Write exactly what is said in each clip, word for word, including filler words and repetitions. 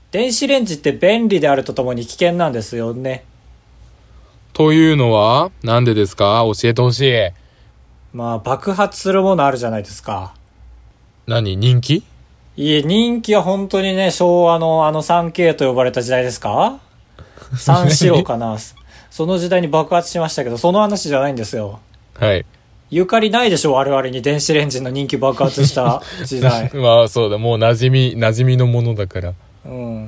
電子レンジって便利であるとともに危険なんですよね。 というのはなんでですか？教えてほしい。 まあ爆発するものあるじゃないですか。 何？人気？ いえ、人気は本当にね、昭和のあの スリーケー と呼ばれた時代ですか？三四郎かな。その時代に爆発しましたけど、その話じゃないんですよ。 はい。 ゆかりないでしょ、我々に電子レンジの人気爆発した時代。 まあそうだ、もう馴染み馴染みのものだから。 うん。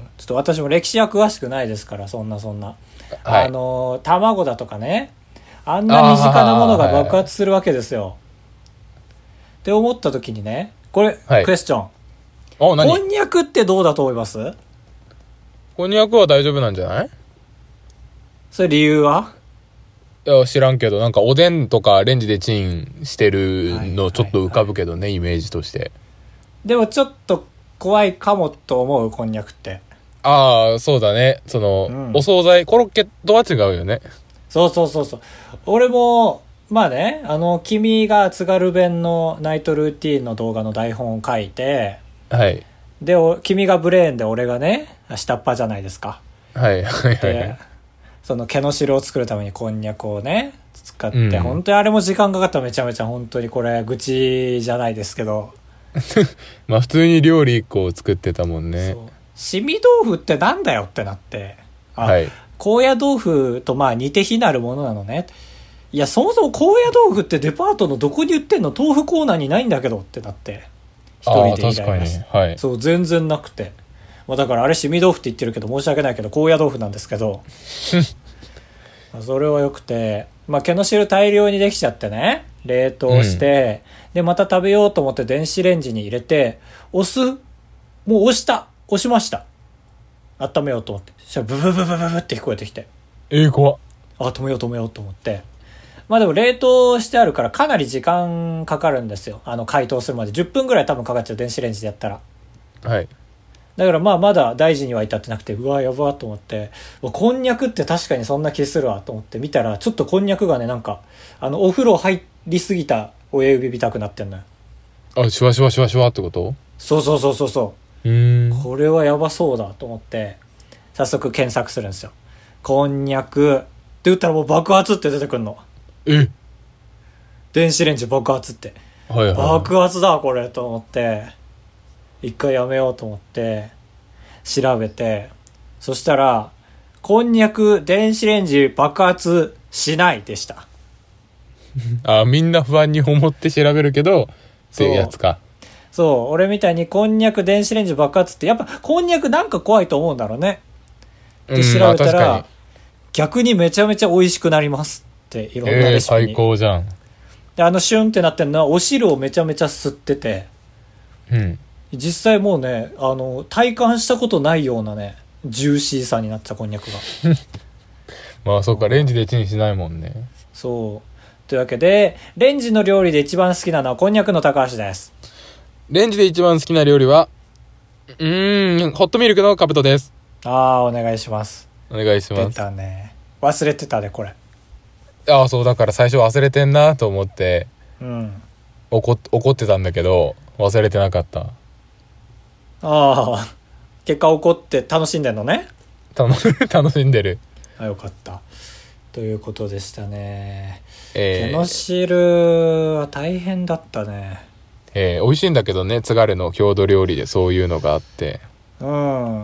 ちょっと私も歴史は詳しくないですから、そんなそんな。 はい、 あの卵だとかね、あんな身近なものが爆発するわけですよ。って思った時にね、これ、はい、クエスチョン。 お、何？ こんにゃくってどうだと思います？ こんにゃくは大丈夫なんじゃない？ それ理由は？ いや知らんけど、なんかおでんとかレンジでチンしてるのちょっと浮かぶけどね、はいはいはい、イメージとして。 でもちょっと怖いかもと思う、こんにゃくって。 ああそうだね、その、うん、お惣菜コロッケとは違うよね。 そうそうそうそう。俺もまあね、あの君が津軽弁のナイトルーティーンの動画の台本を書いて、 はい。 で君がブレーンで俺がね下っ端じゃないですか。 はいはいはい、はい。 その毛の汁を作るためにこんにゃくをね使って、うん、本当にあれも時間かかったらめちゃめちゃ本当にこれ愚痴じゃないですけどまあ普通に料理いっこを作ってたもんね。 そう、しみ豆腐ってなんだよってなって、あ、 はい、 高野豆腐とまあ似て非なるものなのね。いやそもそも高野豆腐ってデパートのどこに売ってんの？豆腐コーナーにないんだけどってなって、一人でイライラして、はい、そう全然なくて、まあ、だからあれしみ豆腐って言ってるけど申し訳ないけど高野豆腐なんですけどそれはよくて、まあ、毛の汁大量にできちゃってね、冷凍して、うん、でまた食べようと思って電子レンジに入れて押す、もう押した押しました、温めようと思って、そしたらブブブブブブって聞こえてきて、 えー、怖っ。 あ、止めよう止めようと思って、まあでも冷凍してあるからかなり時間かかるんですよ、あの解凍するまでじゅっぷんぐらい多分かかっちゃう、電子レンジでやったら。 はい。 だからまあまだ大事には至ってなくて、うわやばと思って、こんにゃくって確かにそんな気するわと思って見たら、ちょっとこんにゃくがね、なんかあのお風呂入りすぎた親指見たくなってんのよ。 あ、シュワシュワシュワシュワってこと？ そうそうそうそうそう。うーん、これはやばそうだと思って早速検索するんですよ。こんにゃくって打ったらもう爆発って出てくるの。 え？ 電子レンジ爆発って、 はいはい、 爆発だこれと思って、一回やめようと思って調べて、そしたらこんにゃく電子レンジ爆発しないでしたあ、みんな不安に思って調べるけどそういうやつか。 そう、俺みたいにこんにゃく電子レンジ爆発って、やっぱこんにゃくなんか怖いと思うんだろうね。で調べたら、うん、逆にめちゃめちゃ美味しくなりますっていろんなレシピに、 えー、最高じゃん。 であのシュンってなってるのはお汁をめちゃめちゃ吸ってて、 うん、 実際もうね、あの体感したことないようなねジューシーさになってたこんにゃくがまあそうか、レンジでチンしないもんね。 そうというわけで、レンジの料理で一番好きなのはこんにゃくの高橋です。 レンジで一番好きな料理はうーんホットミルクのカブトです。 ああ、お願いします。 お願いします。 出たね、忘れてたでこれ。 ああ、そう、だから最初忘れてんなと思って、 うん、 怒っ、怒ってたんだけど忘れてなかった。ああ、結果怒って楽しんでんのね。 楽しんでる。 あ、よかったということでしたね。 えー、 毛の汁は大変だったね。 えー、美味しいんだけどね、津軽の郷土料理でそういうのがあって、 うん、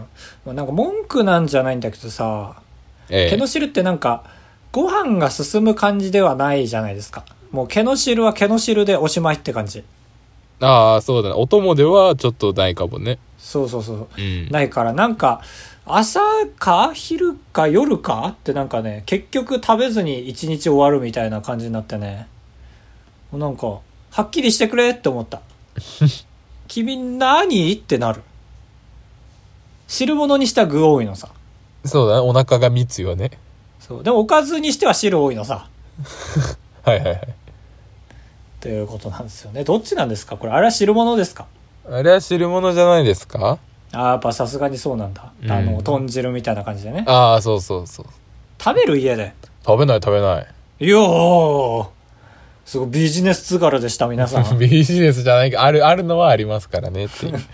なんか文句なんじゃないんだけどさ、えー、毛の汁ってなんかご飯が進む感じではないじゃないですか。もう毛の汁は毛の汁でおしまいって感じ。 ああ、そうだね、お供ではちょっとないかもね。 そうそうそう、うん、ないから、なんか朝か昼か夜かってなんかね、結局食べずに一日終わるみたいな感じになってね、なんかはっきりしてくれって思った君何ってなる。汁物にしては具多いのさ。 そうだね、お腹が密よね。 そうでもおかずにしては汁多いのさはいはいはい、 ということなんですよね。どっちなんですかこれ。あれは汁物ですか？ あれは汁物じゃないですか？ あ、やっぱさすがにそうなんだ、うん、あの豚汁みたいな感じでね。 ああ、そうそうそう。 食べる家で。 食べない食べない。 いやー、すごいビジネス津軽でした皆さんビジネスじゃないか、あるあるのはありますからねっていう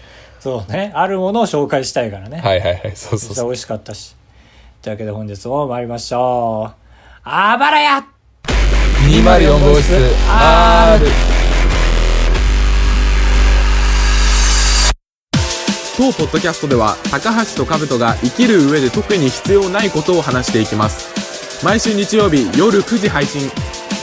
そうね。あるものを紹介したいからね。 はいはいはい。そうそうそう。 美味しかったし。というわけで本日も参りましょう。あばらやにまるよん号室 R。 当ポッドキャストでは高橋と兜が生きる上で特に必要ないことを話していきます。毎週日曜日夜くじ配信。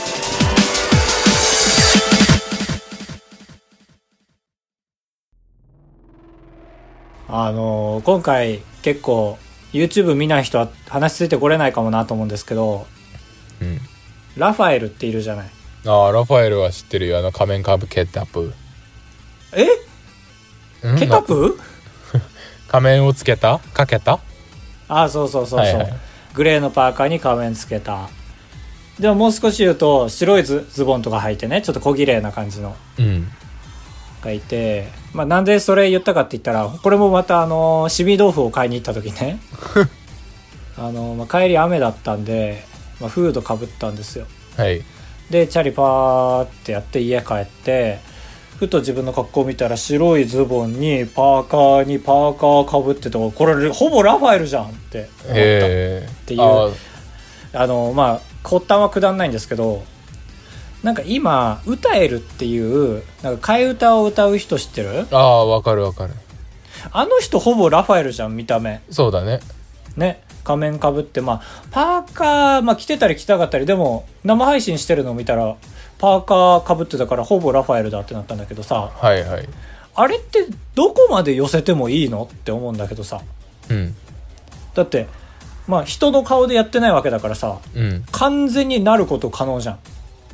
あのー、今回結構 YouTube 見ない人は話ついてこれないかもなと思うんですけど、 うん、 ラファエルっているじゃない。 ああ、ラファエルは知ってるよ。あの仮面カーブケタプ。 えケタプ仮面をつけたかけたああ、そうそうそうそう、はいはい、グレーのパーカーに仮面つけた。でももう少し言うと白い ズ, ズボンとか履いてね、ちょっと小綺麗な感じの、うん、がいて、まあ、なんでそれ言ったかって言ったら、これもまたあのしみ豆腐を買いに行った時ねあの、まあ、帰り雨だったんで、まあ、フードかぶったんですよ。 はい。 でチャリパーってやって家帰って、ふと自分の格好を見たら白いズボンにパーカーにパーカーかぶってて、これほぼラファエルじゃんって思ったっていう、あ, あのまあ発端はくだんないんですけど、なんか今歌えるっていうなんか替え歌を歌う人知ってる？ ああ、わかるわかる。 あの人ほぼラファエルじゃん、見た目。 そうだね。 ね、仮面かぶって、まあパーカー、まあ着てたり着たかったり、でも生配信してるのを見たらパーカーかぶってたからほぼラファエルだってなったんだけどさ、 はいはい。 あれってどこまで寄せてもいいのって思うんだけどさ、 うん。 だってまあ人の顔でやってないわけだからさ、 うん、 完全になること可能じゃん。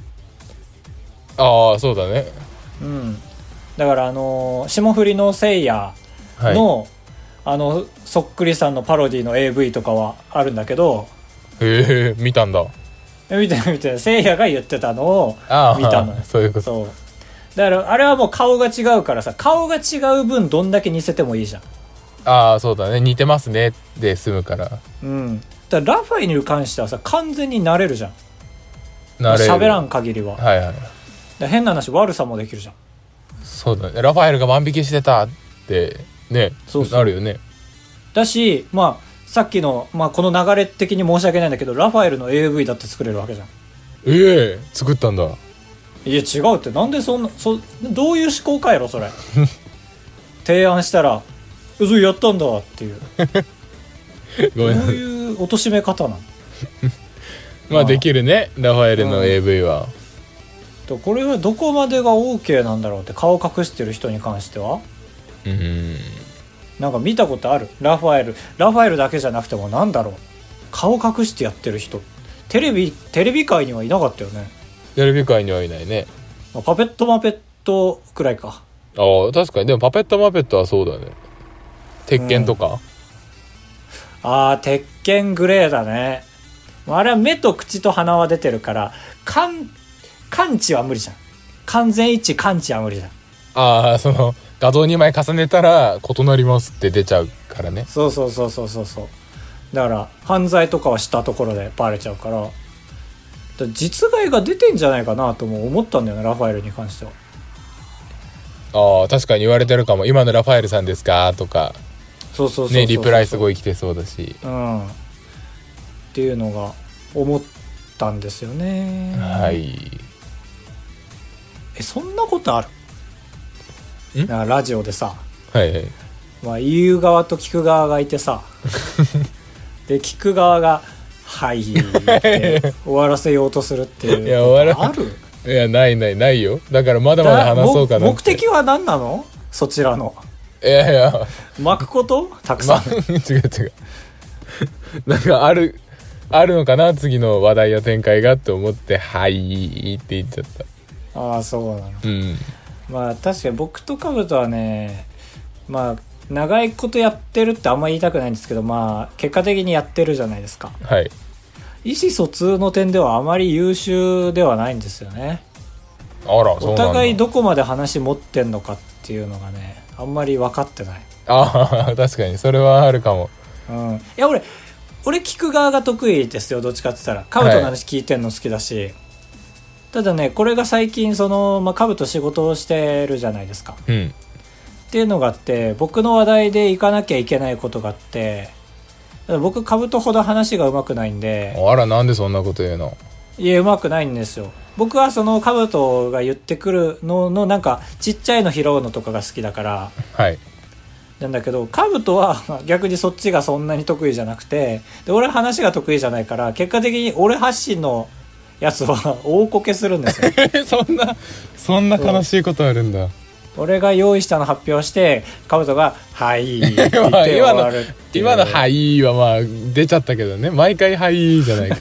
ああ、そうだね。 うん。だからあのー、霜降りのせいやの、はい、あのそっくりさんのパロディの エーブイ とかはあるんだけど、 へえ、見たんだ。 見て見て、せいやが言ってたのを見たの。 そういうこと。 そう。だからあれはもう顔が違うからさ、顔が違う分どんだけ似せてもいいじゃん。 ああ、そうだね。似てますねで済むから。 うん。だからラファエルに関してはさ、完全になれるじゃん。 なれる。 喋らん限りは。 はいはい。 変な話、悪さもできるじゃん。 そうだね。ラファエルが万引きしてたってね、そうそうなるよね。 だし、まあさっきの、まあ、この流れ的に申し訳ないんだけど、ラファエルの エーブイ だって作れるわけじゃん。 ええ、作ったんだ。 いや違うって、なんでそんな、そどういう思考回路それ提案したらそれやったんだっていうごめん、どういう貶め方なのまあできるね、ラファエルの エーブイ は。 これはどこまでが OK なんだろうって、顔隠してる人に関しては。 うん、 なんか見たことある？ラファエルラファエルだけじゃなくても、なんだろう、顔隠してやってる人、テレビテレビ界にはいなかったよね。 テレビ界にはいないね。 パペットマペットくらいか。 ああ、確かに。でもパペットマペットはそうだね。鉄拳とか、うん、 ああ、鉄拳グレーだね。あれは目と口と鼻は出てるから、感感知は無理じゃん。完全一致感知は無理じゃん。 ああ、その画像にまい重ねたら異なりますって出ちゃうからね。 そうそうそうそうそうそう。だから犯罪とかはしたところでバレちゃうから、だから実害が出てんじゃないかなとも思ったんだよね、ラファエルに関しては。 ああ、確かに言われてるかも。今のラファエルさんですかとか。 そうそうそうそうそうね、リプライすごい来てそうだし、 うん、っていうのが思ったんですよね。 はい。 え、そんなことある？ん？ラジオでさ、 はいはい、 まあ、言う側と聞く側がいてさで聞く側がはいって終わらせようとするっていうことある？ いや、ないないないよ。だからまだまだ話そうかなって。 目的は何なの？そちらの。 いやいや、 巻くこと？たくさん、 ま、違う違うなんかあるあるのかな、次の話題や展開がって思ってはいって言っちゃった。 ああ、そうなの。 うん。 まあ確かに僕とカブトはね、まあ長いことやってるってあんま言いたくないんですけど、まあ結果的にやってるじゃないですか。 はい。 意思疎通の点ではあまり優秀ではないんですよね。 あら、そうなんだ。 お互いどこまで話持ってんのかっていうのがね、あんまり分かってない。 ああ、確かにそれはあるかも。 うん。いや、俺俺聞く側が得意ですよ、どっちかって言ったら。カブトの話聞いてんの好きだし、はい、ただね、これが最近その、まあ、カブト仕事をしてるじゃないですか。 うん。 っていうのがあって、僕の話題で行かなきゃいけないことがあって、僕カブトほど話が上手くないんで。 あら、なんでそんなこと言うの？ いや、上手くないんですよ。僕はそのカブトが言ってくるののなんかちっちゃいの拾うのとかが好きだから。 はい。 なんだけど、カブトは逆にそっちがそんなに得意じゃなくて、で俺は話が得意じゃないから、結果的に俺発信のやつは大こけするんですよ。 そんなそんな悲しいことあるんだ。 俺が用意したの発表して、カブトがはいって言って終わるっていう。 今のはいはまあ出ちゃったけどね、毎回はいじゃないから。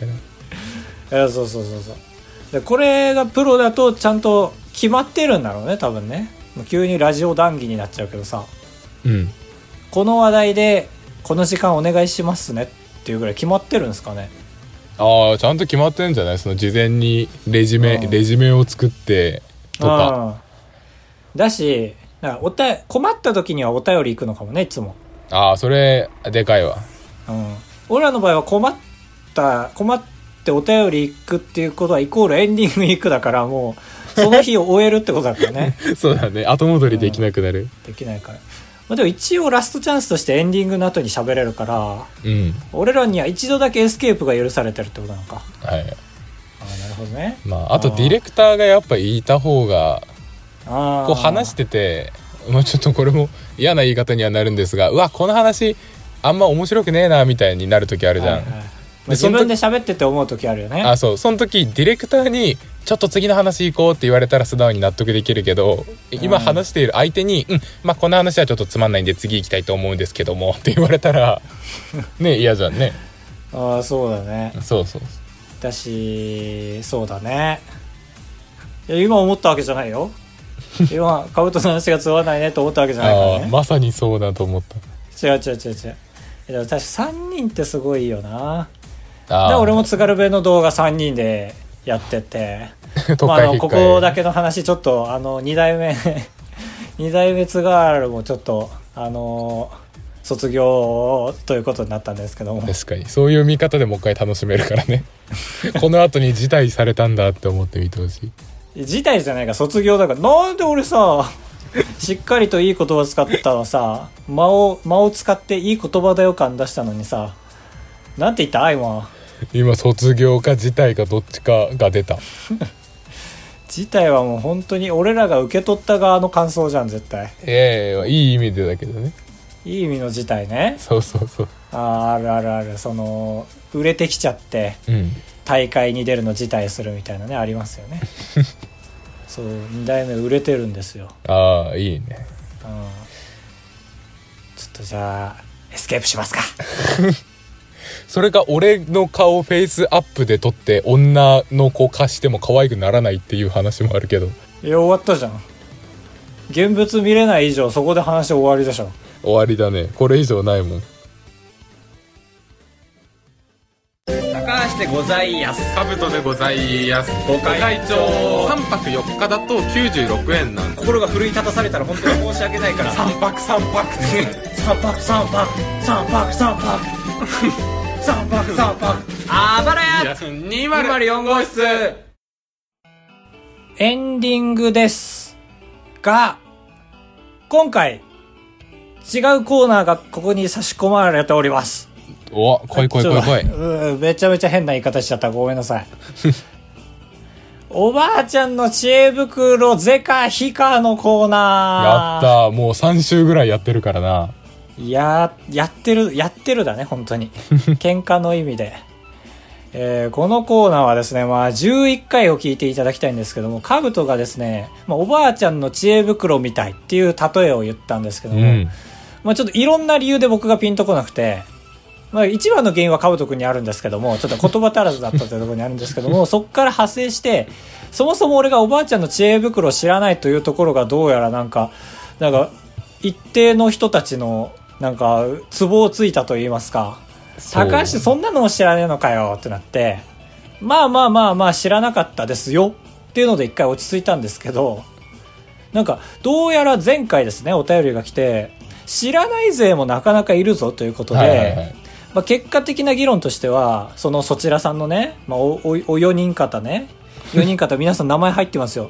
いや、そうそうそうそう。でこれがプロだとちゃんと決まってるんだろうね、多分ね。急にラジオ談義になっちゃうけどさ。 うん、 この話題でこの時間お願いしますねっていうぐらい決まってるんですかね。 ああ、ちゃんと決まってるんじゃない？その事前にレジュメ、うん、レジュメを作ってとかだし、なんかおた困った時にはお便り行くのかもね、いつも。 ああ、それでかいわ。 うん、俺らの場合は困った困ってお便り行くっていうことはイコールエンディング行くだから、もうその日を終えるってことだからね。 そうだね、後戻りできなくなる、うん、 できないから。まあ、でも一応ラストチャンスとしてエンディングの後に喋れるから、 うん、 俺らには一度だけエスケープが許されてるってことなのか。 はい。 ああ、なるほどね。 まあ、あとディレクターがやっぱ言いた方がこう話してて、まあ、ちょっとこれも嫌な言い方にはなるんですが、うわこの話あんま面白くねえなみたいになる時あるじゃん、はいはい。 まあ、自分で喋ってて思う時あるよね。 あ、そう、その時ディレクターにちょっと次の話行こうって言われたら素直に納得できるけど、今話している相手に、うん、うん、まあこの話はちょっとつまんないんで次行きたいと思うんですけどもって言われたらね、嫌じゃんね。 ああ、そうだね。 そうそう。 だし、そうだね。いや、今思ったわけじゃないよ。今カブトの話がつまらないねと思ったわけじゃないからね。 あ、まさにそうだと思った。 違う違う違う違う。でも確かさんにんってすごいよな。で俺も津軽弁の動画さんにんでやってて、まあ、あのここだけの話ちょっとあのに代目に代目津軽もちょっとあの卒業ということになったんですけども、 確かにそういう見方でもう一回楽しめるからね。この後に辞退されたんだって思ってみてほしい。辞退じゃないか、卒業だから。なんで俺さしっかりといい言葉使ったらさ、間を間を使っていい言葉だよ感出したのにさ、なんて言った今今卒業か辞退かどっちかが出た。 辞退はもう本当に俺らが受け取った側の感想じゃん、絶対。 いやいや、いい意味でだけどね。 いい意味の辞退ね。 そうそうそう。 あ、あるあるある。その売れてきちゃって、うん、大会に出るの辞退するみたいなね、ありますよね。そう、に代目売れてるんですよ。 ああ、いいね。うん、 ちょっとじゃあエスケープしますか。 それが俺の顔フェイスアップで撮って女の子化しても可愛くならないっていう話もあるけど。 いや、終わったじゃん。現物見れない以上そこで話終わりでしょ。 終わりだね、これ以上ないもん。 高橋でございやす、 カブトでございやす、ご会長。さんぱくよっかだときゅうじゅうろくえんなんで、 心が奮い立たされたら本当に申し訳ないから。 さんぱくさんぱくさんぱくさんぱくさんぱくさんぱくさんぱくさんぱくあばらやにまるよん号室。エンディングですが、今回違うコーナーがここに差し込まれております。 お、来い来い来い来い。 うん、めちゃめちゃ変な言い方しちゃった、ごめんなさい。おばあちゃんの知恵袋ゼカヒカのコーナー。やったー、もうさん週ぐらいやってるからな。 ややってるやってるだね、本当に。喧嘩の意味で、えー、このコーナーはですね、まあじゅういっかいを聞いていただきたいんですけども、カブトがですね、まあ、おばあちゃんの知恵袋みたいっていう例えを言ったんですけども、うん、まあちょっといろんな理由で僕がピンとこなくて、まあ一番の原因はカブト君にあるんですけども、ちょっと言葉足らずだったというところにあるんですけども、そっから派生して、そもそも俺がおばあちゃんの知恵袋を知らないというところがどうやらなんかなんか一定の人たちのなんかツボをついたと言いますか、高橋そんなのも知らねえのかよってなって、まあまあまあまあ知らなかったですよっていうので一回落ち着いたんですけど、なんかどうやら前回ですね、お便りが来て、知らない勢もなかなかいるぞということで、はいはいはい、まあ、結果的な議論としては、そのそちらさんのね、まあ、お, お, およにん方ね、よにん方皆さん名前入ってますよ。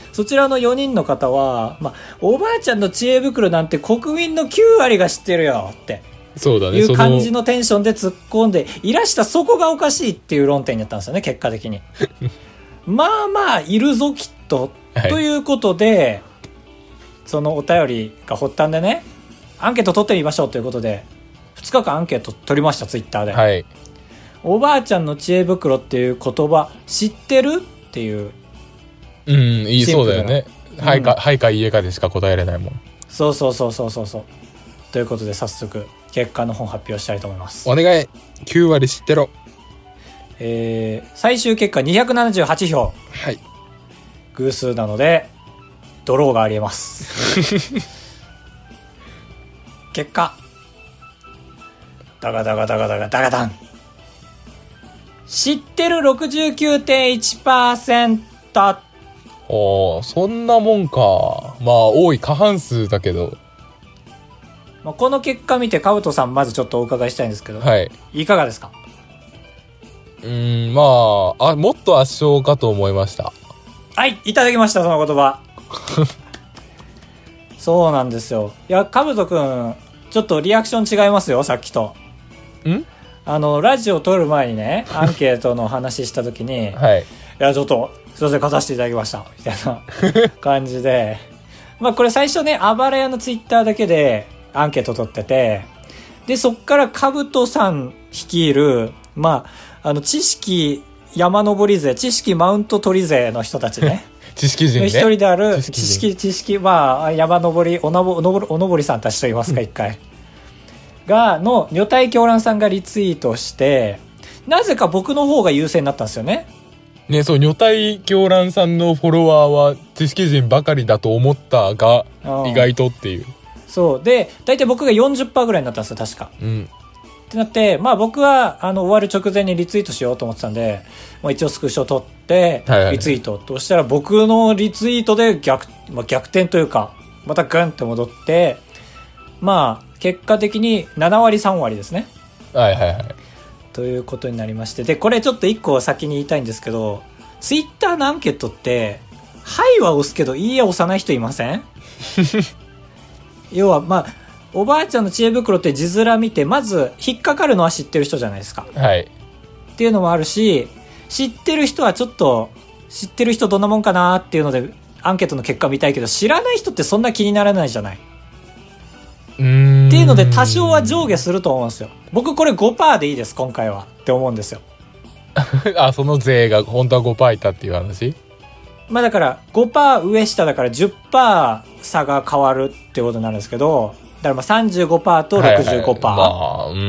そちらのよにんの方は、まあ、おばあちゃんの知恵袋なんて国民のきゅうわりが知ってるよってそうだね、 いう感じのテンションで突っ込んでいらしたそこがおかしいっていう論点になったんですよね、結果的に。まあまあいるぞきっと、はい、ということでそのお便りが発端でね、アンケート取ってみましょうということでふつかかんアンケート取りました、ツイッターで、 はい、 おばあちゃんの知恵袋っていう言葉知ってるっていう。 うん、いい、そうだよね。はいか、うん、はいかいいえかでしか答えれないもん。 そうそうそうそうそうそう。ということで早速結果の本発表したいと思います。 お願い。きゅうわり知ってろ。 えー、最終結果にひゃくななじゅうはちひょう。 はい。 偶数なのでドローがありえます。結果ダガダガダガダガダガダン。知ってる ろくじゅうきゅうてんいちパーセント。 おー、そんなもんか。まあ多い過半数だけど、 まあ、この結果見てカブトさんまずちょっとお伺いしたいんですけど、 はい、 いかがですか？ うーん、まあ、あ、もっと圧勝かと思いました。 はい、いただきました、その言葉。そうなんですよ。いや、カブトくんちょっとリアクション違いますよ、さっきと。 ん？ あのラジオ撮る前にね、アンケートの話した時に、 はい、いやちょっとすいません勝たせていただきましたみたいな感じで、まあこれ最初ね、あばらやのツイッターだけでアンケート取ってて、でそっからカブトさん率いる、まああの知識山登り勢、知識マウント取り勢の人たちね。 知識人ね。 一人である知識知識まあ山登りおなぼおのぼおのぼりさんたちと言いますか一回。がの女体狂乱さんがリツイートして、なぜか僕の方が優勢になったんですよね。 ね、そう、女体狂乱さんのフォロワーは知識人ばかりだと思ったが、意外とっていう。 そうで、大体僕が よんじゅっパーセント ぐらいになったんですよ確か。 うん。 ってなって、まあ僕はあの終わる直前にリツイートしようと思ってたんで、まあ、一応スクショ取ってリツイートとしたら、僕のリツイートで逆、まあ、逆転というかまたグンって戻って、まあ結果的にななわりさんわりですね。 はいはいはい。 ということになりまして、でこれちょっと一個先に言いたいんですけど、ツイッターのアンケートってはいは押すけどいいや押さない人いません？要はまあおばあちゃんの知恵袋って字面見てまず引っかかるのは知ってる人じゃないですか。 はい。 っていうのもあるし、知ってる人はちょっと知ってる人どんなもんかなっていうのでアンケートの結果見たいけど、知らない人ってそんな気にならないじゃない。 うーんっていうので多少は上下すると思うんですよ。僕これ ごパーセント でいいです今回はって思うんですよ。 あ、その税が本当は ごパーセント いたっていう話？ まあだから ごパーセント 上下だから じゅっパーセント 差が変わるってことになるんですけど、だからまあ さんじゅうごパーセント と ろくじゅうごパーセント、 はいはい、まあ、うん。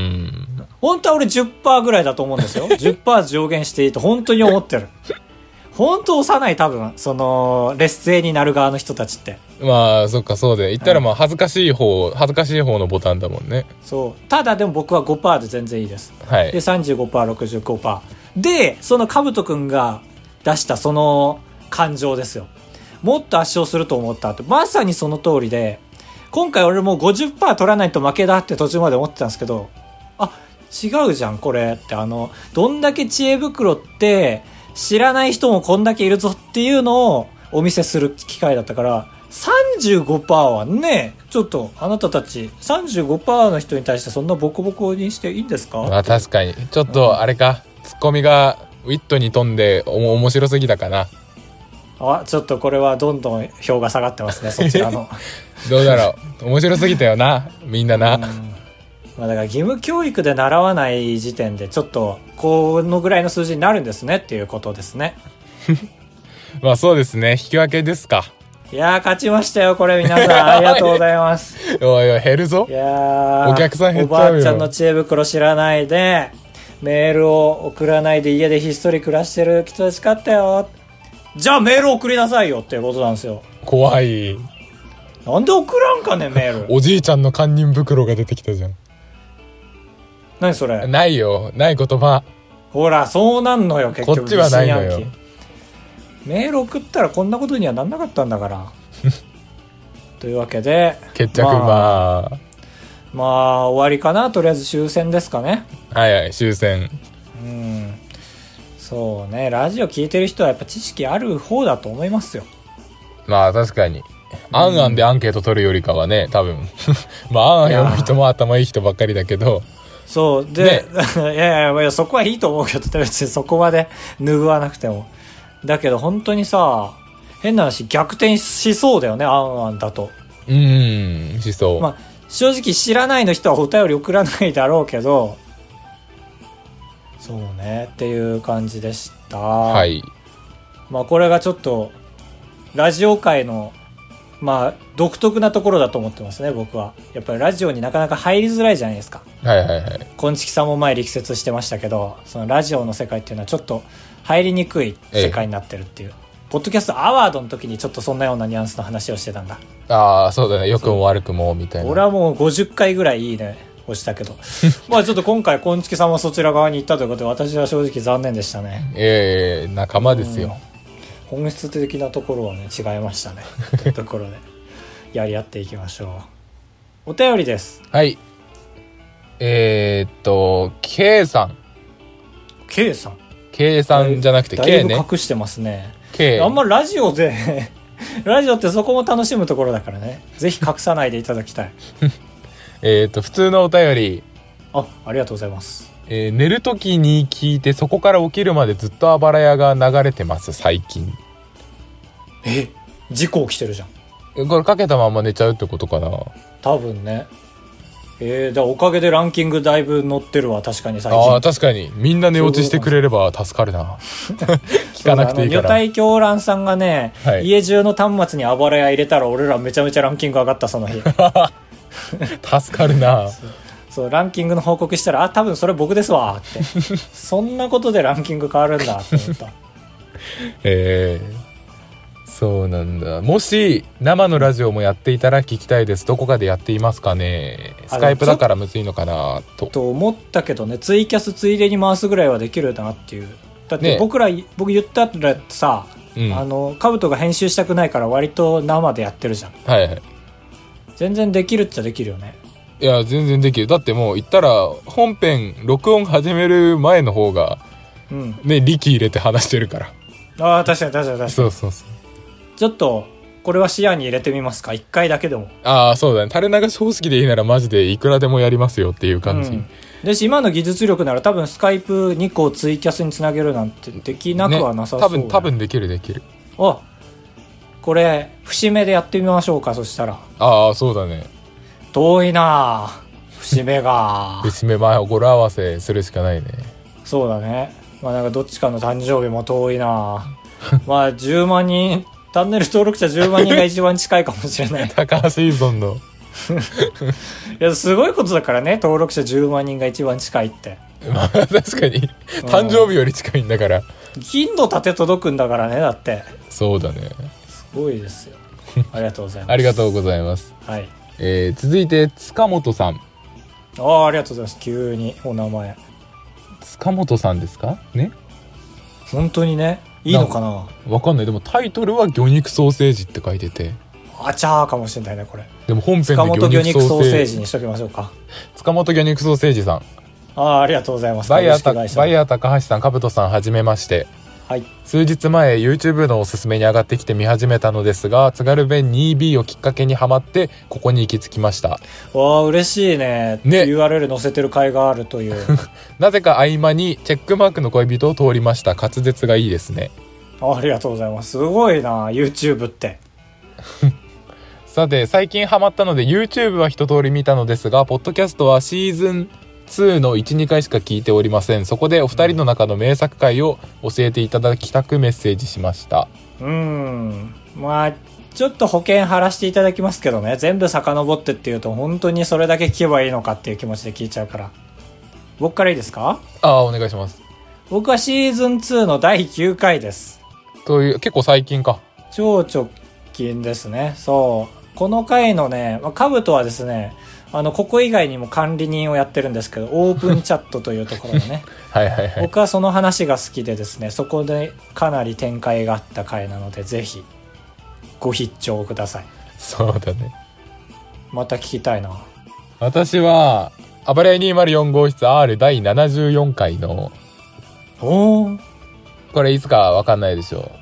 本当は俺 じゅっパーセント ぐらいだと思うんですよ。じゅっパーセント 上限していいと本当に思ってる。本当押さない多分その劣勢になる側の人たちって。 まあそっか、そうで言ったらまあ恥ずかしい方、うん、恥ずかしい方のボタンだもんね。 そう。ただでも僕は ごパーセント で全然いいです。 はい。 で さんじゅうごパーセント、ろくじゅうごパーセント でそのカブトくんが出したその感情ですよ。もっと圧勝すると思ったってまさにその通りで、今回俺もう ごじゅっパーセント 取らないと負けだって途中まで思ってたんですけど、あ、違うじゃんこれって、あのどんだけ知恵袋って知らない人もこんだけいるぞっていうのをお見せする機会だったから、 さんじゅうごパーセント はね、ちょっとあなたたち さんじゅうごパーセント の人に対してそんなボコボコにしていいんですか？ まあ確かにちょっとあれか、うん、ツッコミがウィットに飛んでお面白すぎたかな。 あ、ちょっとこれはどんどん票が下がってますねそちらの。 どうだろう、面白すぎたよなみんなな。 まあ、だから義務教育で習わない時点でちょっとこのぐらいの数字になるんですねっていうことですね。 まあそうですね、引き分けですか。 いやー勝ちましたよこれ皆さん。ありがとうございます。 おいおい減るぞ。 いやーお客さん減っちゃうよ。 おばあちゃんの知恵袋知らないでメールを送らないで家でひっそり暮らしてる人たち勝ったよ。じゃあメール送りなさいよっていうことなんですよ。 怖い。 なんで送らんかねメール。 おじいちゃんの堪忍袋が出てきたじゃん。 何それ。 ないよ、ない言葉。 ほらそうなんのよ結局。 こっちはないのよ。 メール送ったらこんなことにはなんなかったんだから。というわけで決着、まあ、まあまあ終わりかな。とりあえず終戦ですかね。 はいはい、終戦。 うん、そうね、ラジオ聞いてる人はやっぱ知識ある方だと思いますよ。 まあ確かにあんあんでアンケート取るよりかはね、多分まああんあん読む人も頭いい人ばっかりだけど、 そうで、ね、いやいやいやそこはいいと思うけど別にそこまで拭わなくても。だけど本当にさ、変な話逆転しそうだよね、あんあんだと。 うーん、しそう。 まあ正直知らないの人はお便り送らないだろうけど、そうねっていう感じでした。 はい。 まあこれがちょっとラジオ界のまあ独特なところだと思ってますね、僕は。やっぱりラジオになかなか入りづらいじゃないですか。 はいはいはい。 こんちきさんも前力説してましたけど、そのラジオの世界っていうのはちょっと入りにくい世界になってるっていう、ええ、ポッドキャストアワードの時にちょっとそんなようなニュアンスの話をしてたんだ。 ああそうだね、良くも悪くもみたいな。 俺はもうごじゅっかいぐらいいいね押したけどまあちょっと今回こんちきさんもそちら側に行ったということで、私は正直残念でしたね。 ええー、仲間ですよ、 うん、本質的なところはね違いましたねというところでやり合っていきましょう。お便りです。 はい。えー、っと K さん K さん K さんじゃなくて K ね。 だいぶ隠してますね。 K あんまラジオでラジオってそこも楽しむところだからね、ぜひ隠さないでいただきたいえっと普通のお便り、 あ、ありがとうございます。 えー、寝るときに聞いてそこから起きるまでずっとあばらやが流れてます最近。 え、事故起きてるじゃん。 これかけたまま寝ちゃうってことかな、 多分ね。えー、だおかげでランキングだいぶ乗ってるわ。確かに最近。 ああ確かにみんな寝落ちしてくれれば助かるな聞かなくていいから。女体狂乱さんがね、はい、家中の端末にあばらや入れたら俺らめちゃめちゃランキング上がったその日助かるなそう、そうランキングの報告したら、あ多分それ僕ですわってそんなことでランキング変わるんだって思ったえーそうなんだ。もし生のラジオもやっていたら聞きたいです。どこかでやっていますかね。スカイプだからむずいのかなとと思ったけどね、ツイキャスついでに回すぐらいはできるなっていう。だって僕ら、ね、僕言ったらさ、うん、あのカブトが編集したくないから割と生でやってるじゃん。 はいはい。 全然できるっちゃできるよね。 いや全然できる。だってもう言ったら本編録音始める前の方が、うん、ね力入れて話してるから。 ああ確かに確かに確かに。 そうそうそう。 ちょっとこれは視野に入れてみますか、一回だけでも。 ああそうだね、垂れ流し方式でいいならマジでいくらでもやりますよっていう感じ、うん、 で今の技術力なら多分スカイプにこツイキャスにつなげるなんてできなくはなさそう、ね、 多分多分できるできる。 あこれ節目でやってみましょうか。そしたらああそうだね、 遠いな節目が節目前語呂合わせするしかないね。 そうだね。まあなんかどっちかの誕生日も遠いなまあじゅうまんにんチャンネル登録者じゅうまんにんが一番近いかもしれない高橋依存のいやすごいことだからね、登録者じゅうまんにんが一番近いって。 まあ確かに誕生日より近いんだから、 銀の盾届くんだからね。だってそうだね、 すごいですよありがとうございますありがとうございます、 はいえー、続いて塚本さん。 ああありがとうございます。急にお名前塚本さんですかね。 本当にね、いいのかな。 わかんない。でもタイトルは魚肉ソーセージって書いてて、 あちゃーかもしれないねこれ。 でも本編で塚本魚肉ソーセージにしときましょうか。 塚本魚肉ソーセージさん、 ああありがとうございます。 バイヤーたバイヤー高橋さん、かぶとさん、はじめまして。 はい、 数日前 YouTube のおすすめに上がってきて見始めたのですが、津軽弁 ツービー をきっかけにハマってここに行き着きました。わあ嬉しい ね, ね ユーアールエル 載せてる回があるというなぜか合間にチェックマークの恋人を通りました。滑舌がいいですね。 あ, ありがとうございます。すごいな YouTube ってさて最近ハマったので YouTube は一通り見たのですが、ポッドキャストはシーズンにのいち、にかいしか聞いておりません。そこでお二人の中の名作回を教えていただきたくメッセージしました。 うーんまあちょっと保険張らせていただきますけどね、全部遡ってっていうと本当にそれだけ聞けばいいのかっていう気持ちで聞いちゃうから、僕からいいですか。 ああお願いします。 僕はシーズンにのだいきゅうかいです。 という結構最近か。 超直近ですね。そうこの回のね、まあ、カブトはですね、あのここ以外にも管理人をやってるんですけど、オープンチャットというところでねはいはい、はい、 僕はその話が好きでですね、そこでかなり展開があった回なのでぜひご必聴ください。 そうだね、 また聞きたいな。 私はあばれやにひゃくよん号室 アール だいななじゅうよんかいの、 おーこれいつかわかんないでしょう。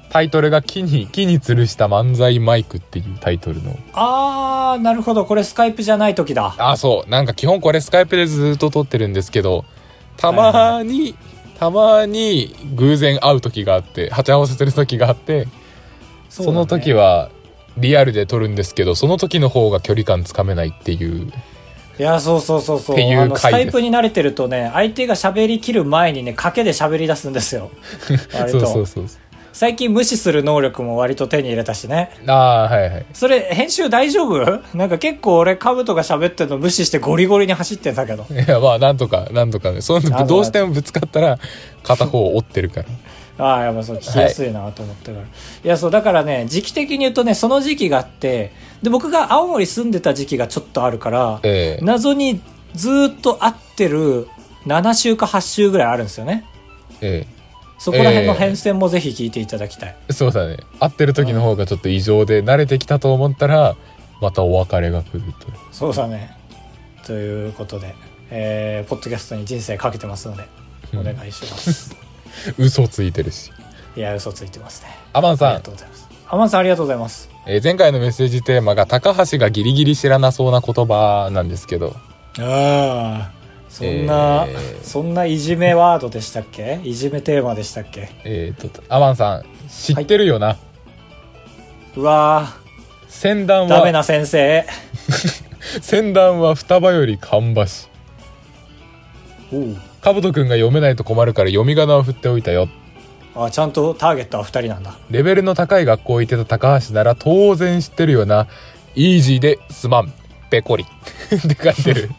タイトルが木に木に吊るした漫才マイクっていうタイトルの。 あーなるほど、これスカイプじゃない時だ。 あ、そうなんか基本これスカイプでずっと撮ってるんですけど、たまに、はいはい、たまに偶然会う時があって、鉢合わせてる時があって、そ, その時はリアルで撮るんですけど、その時の方が距離感つかめないっていう。 いやそうそうそうそう、あのスカイプに慣れてるとね、相手が喋り切る前にね賭けで喋り出すんですよ割とそうそうそう、最近無視する能力も割と手に入れたしね。 ああはいはい。 それ編集大丈夫？なんか結構俺カブトが喋ってるの無視してゴリゴリに走ってんだけど。 いやまあなんとかなんとかね、そのどうしてもぶつかったら片方折ってるからああやっぱそう聞きやすいなと思ってから、はい、いやそうだからね時期的に言うとねその時期があって、で僕が青森住んでた時期がちょっとあるから、えー、謎にずっと会ってるなな週かはち週ぐらいあるんですよね。ええ、そこら辺の変遷もぜひ聞いていただきたい、 えー、そうだね。会ってる時の方がちょっと異常で、うん、慣れてきたと思ったらまたお別れが来ると。 そうだね。ということで、えー、ポッドキャストに人生かけてますのでお願いします、 うん、嘘ついてるし。 いや嘘ついてますね。 アマンさんありがとうございます。アマンさんありがとうございます、 えー、前回のメッセージテーマが高橋がギリギリ知らなそうな言葉なんですけど、 ああそんな、えー、そんないじめワードでしたっけ？いじめテーマでしたっけ？ えーとアマンさん知ってるよな、はい、 うわー先端はダメな先生先端は双葉より芳し。おうかぶとくんが読めないと困るから読み仮名を振っておいたよ。 あちゃんとターゲットはふたりなんだ。 レベルの高い学校行ってた高橋なら当然知ってるよな。イージーですまんペコリって書いてる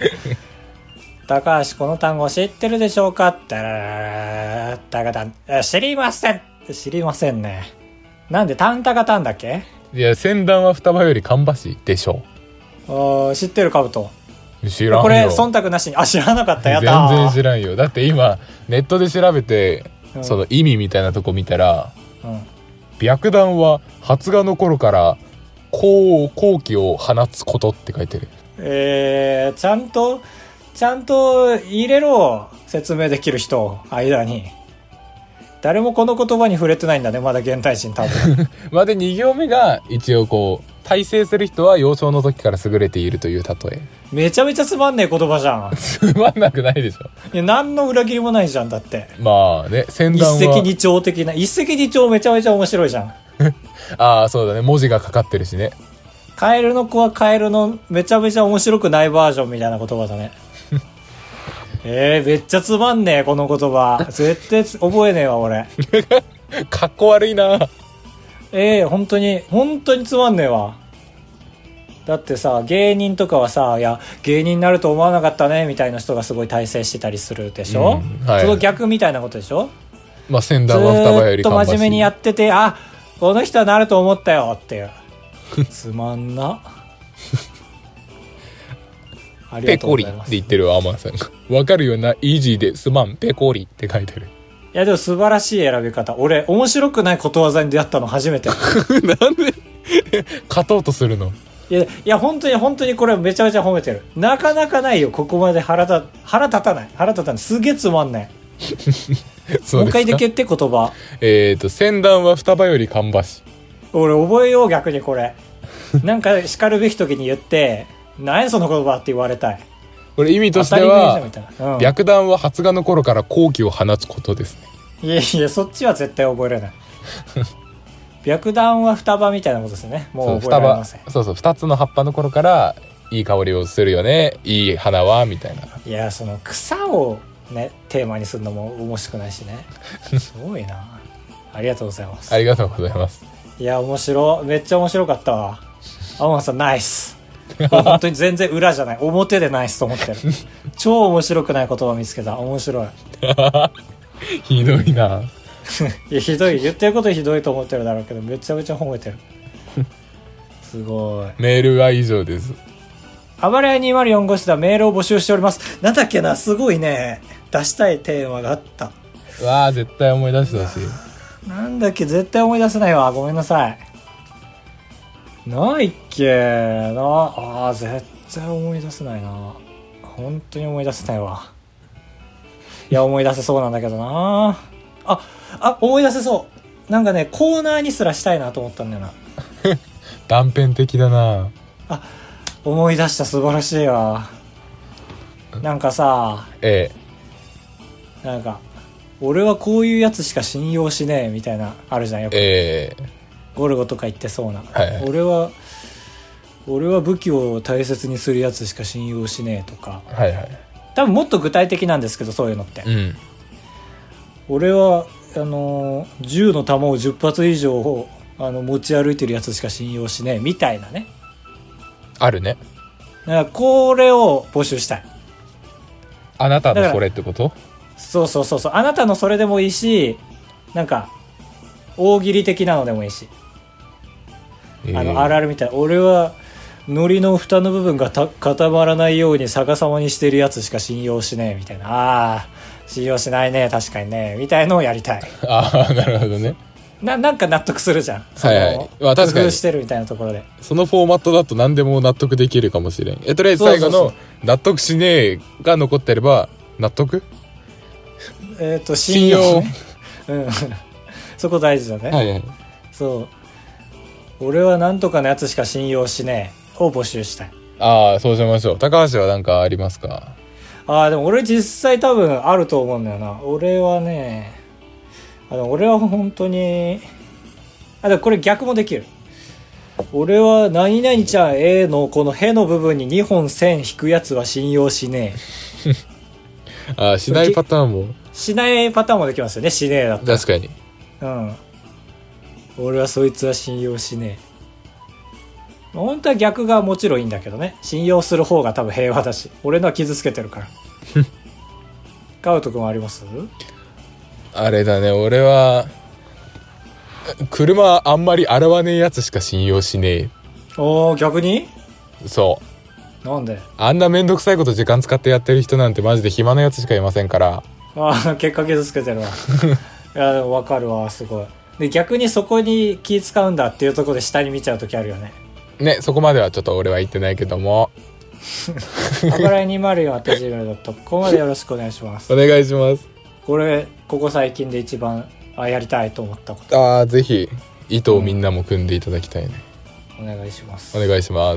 高橋この単語知ってるでしょうか？ってらたがたん知りません知りませんね。なんでタンタガタンだっけ？ いや先端は双葉より芳しでしょう。あ知ってるカブト。 知らんよ。 これ忖度なしに。あ知らなかった。やった全然知らんよ。だって今ネットで調べて、うん、その意味みたいなとこ見たら、うん、白檀は発芽の頃から好好気を放つことって書いてる。 えー、ちゃんとちゃんと入れろ説明できる人間に。誰もこの言葉に触れてないんだねまだ現代人多分まだに行目が一応こう大成する人は幼少の時から優れているという例え。 めちゃめちゃつまんねえ言葉じゃんつまんなくないでしょ。 いや何の裏切りもないじゃん。だってまあね先端は一石二鳥的な。一石二鳥めちゃめちゃ面白いじゃんああそうだね文字がかかってるしね。 カエルの子はカエルのめちゃめちゃ面白くないバージョンみたいな言葉だねえー、めっちゃつまんねえこの言葉。絶対覚えねえわ俺かっこ悪いな。 えー、本当に本当につまんねえわ。だってさ芸人とかはさいや芸人になると思わなかったねみたいな人がすごい大成してたりするでしょ、うんはい、その逆みたいなことでしょ。 まあ先端は双葉より芳し。ずっと真面目にやっててあこの人はなると思ったよっていうつまんなペコリって言ってるわアマンさんが。わかるよなイージーですまんペコリって書いてる。 いやでも素晴らしい選び方。俺面白くないことわざに出会ったの初めてなんで勝とうとするの。 いやいや本当に本当にこれめちゃめちゃ褒めてる。なかなかないよここまで腹立腹立たない腹立たないすげえつまんないもう一回でけって言葉。 えっと先端は双葉より芳し。俺覚えよう逆にこれなんか叱るべき時に言って何その言葉って言われたい。 これ意味としては、うん、白檀は発芽の頃から好気を放つことですね。 いやいやそっちは絶対覚えられない白檀は双葉みたいなことですね。もう覚えられません。 そうそうそう二つの葉っぱの頃からいい香りをするよねいい花はみたいな。 いやその草をねテーマにするのも面白くないしねすごいなありがとうございます。 ありがとうございます。 いや面白いめっちゃ面白かったわ。青山さんナイス本当に全然裏じゃない表でナイスと思ってる超面白くない言葉見つけた。面白いひどいないやひどい言ってることひどいと思ってるだろうけどめちゃめちゃ褒めてるすごい。 メールは以上です。 あばれやにーまるよん号室ではメールを募集しております。なんだっけなすごいね出したいテーマがあった。 うわー絶対思い出してほしい。 なんだっけ絶対思い出せないわごめんなさい。ないっけなあー絶対思い出せないな本当に思い出せないわ。いや思い出せそうなんだけどなああ思い出せそうなんかねコーナーにすらしたいなと思ったんだよな。 断片的だな。 あ、思い出した、素晴らしいわ。なんかさ、 ええなんか俺はこういうやつしか信用しねえみたいなあるじゃんよく、 ええゴルゴとか言ってそうな、 はいはい、 俺は俺は武器を大切にするやつしか信用しねえとか、 はいはい、 多分もっと具体的なんですけどそういうのって、 うん、 俺はあの銃の弾をじゅっ発以上をあの持ち歩いてるやつしか信用しねえみたいなね、 あるね。 だからこれを募集したい。 あなたのそれってこと？ そうそうそうそう、あなたのそれでもいいし、なんか大喜利的なのでもいいし、えー、あのあるあるみたいな、俺は海苔の蓋の部分がた固まらないように逆さまにしてるやつしか信用しねえみたいな、ああ信用しないね確かにねみたいのをやりたい。 ああなるほどね。 な, なんか納得するじゃん。 はいはい。まあ確かに。工夫してるみたいなところで。 そのフォーマットだと何でも納得できるかもしれん。え、とりあえず最後の納得しねえが残ってれば納得？ えっと、信用、ね。うん。そこ大事だね。 はいはい。 そう。俺はなんとかのやつしか信用しねえを募集したい。 ああ、そうしましょう。高橋は何かありますか？ ああ、でも俺実際多分あると思うんだよな。俺はね、あの俺は本当にあ、でもこれ逆もできる。俺は何々ちゃん A のこのへの部分ににほん線引くやつは信用しねえ。ああ、しないパターンもしないパターンもできますよね。しねえだったら。 確かに。 うん。俺はそいつは信用しねえ。本当は逆がもちろんいいんだけどね。信用する方が多分平和だし、俺のは傷つけてるから。カウト君あります？ あれだね、俺は車あんまり洗わねえやつしか信用しねえ。 おー、逆に？ そう。 なんで？ あんなめんどくさいこと時間使ってやってる人なんてマジで暇なやつしかいませんから。 ああ、結果傷つけてるわ。いやでも分かるわ、すごい。で逆にそこに気使うんだっていうところで下に見ちゃう時あるよね。 ね、そこまではちょっと俺は言ってないけども。 あばらいにまるよん アットジーメールドットコム ここまでよろしくお願いします。 お願いします。 これここ最近で一番あやりたいと思ったこと。 ああ、ぜひ糸をみんなも組んでいただきたいね、 うん、お願いします。 お願いします。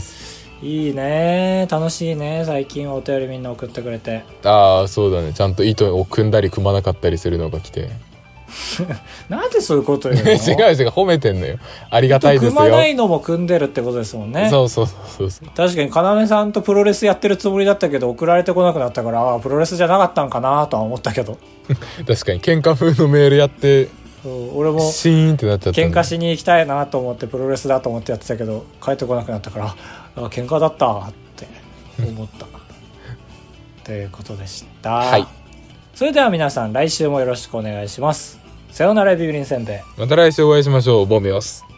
いいね、楽しいね。最近お便りみんな送ってくれて。 ああ、そうだね、ちゃんと糸を組んだり組まなかったりするのが来て。 なんでそういうこと言うの？違う違う、 褒めてんのよ。ありがたいですよ。 組まないのも組んでるってことですもんね。 そうそうそうそう。 確かに要さんとプロレスやってるつもりだったけど送られてこなくなったから、あプロレスじゃなかったんかなとは思ったけど。 確かに喧嘩風のメールやって、 そう俺もシーンってなっちゃった。 喧嘩しに行きたいなと思ってプロレスだと思ってやってたけど帰ってこなくなったから、あ喧嘩だったって思った。ということでした。 はい。 それでは皆さん来週もよろしくお願いします。さよならビビリンせんべい。 また来週お会いしましょう。ボミオス。